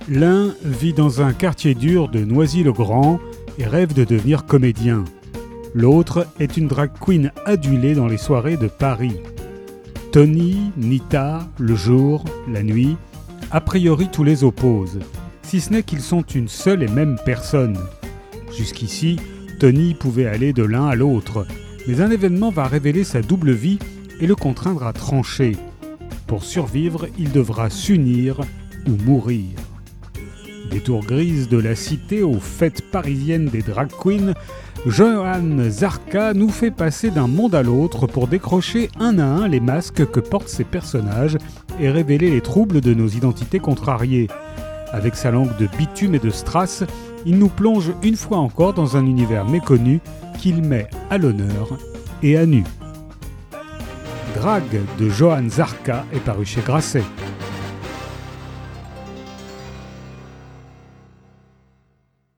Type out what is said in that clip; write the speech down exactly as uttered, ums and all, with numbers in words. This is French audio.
L'un vit dans un quartier dur de Noisy-le-Grand et rêve de devenir comédien. L'autre est une drag queen adulée dans les soirées de Paris. Tony, Nita, le jour, la nuit, a priori tous les opposent, si ce n'est qu'ils sont une seule et même personne. Jusqu'ici, Tony pouvait aller de l'un à l'autre, mais un événement va révéler sa double vie et le contraindre à trancher. Pour survivre, il devra s'unir ou mourir. Des tours grises de la cité aux fêtes parisiennes des drag queens, Johan Zarka nous fait passer d'un monde à l'autre pour décrocher un à un les masques que portent ces personnages et révéler les troubles de nos identités contrariées. Avec sa langue de bitume et de strass, il nous plonge une fois encore dans un univers méconnu qu'il met à l'honneur et à nu. Drag de Johan Zarka est paru chez Grasset.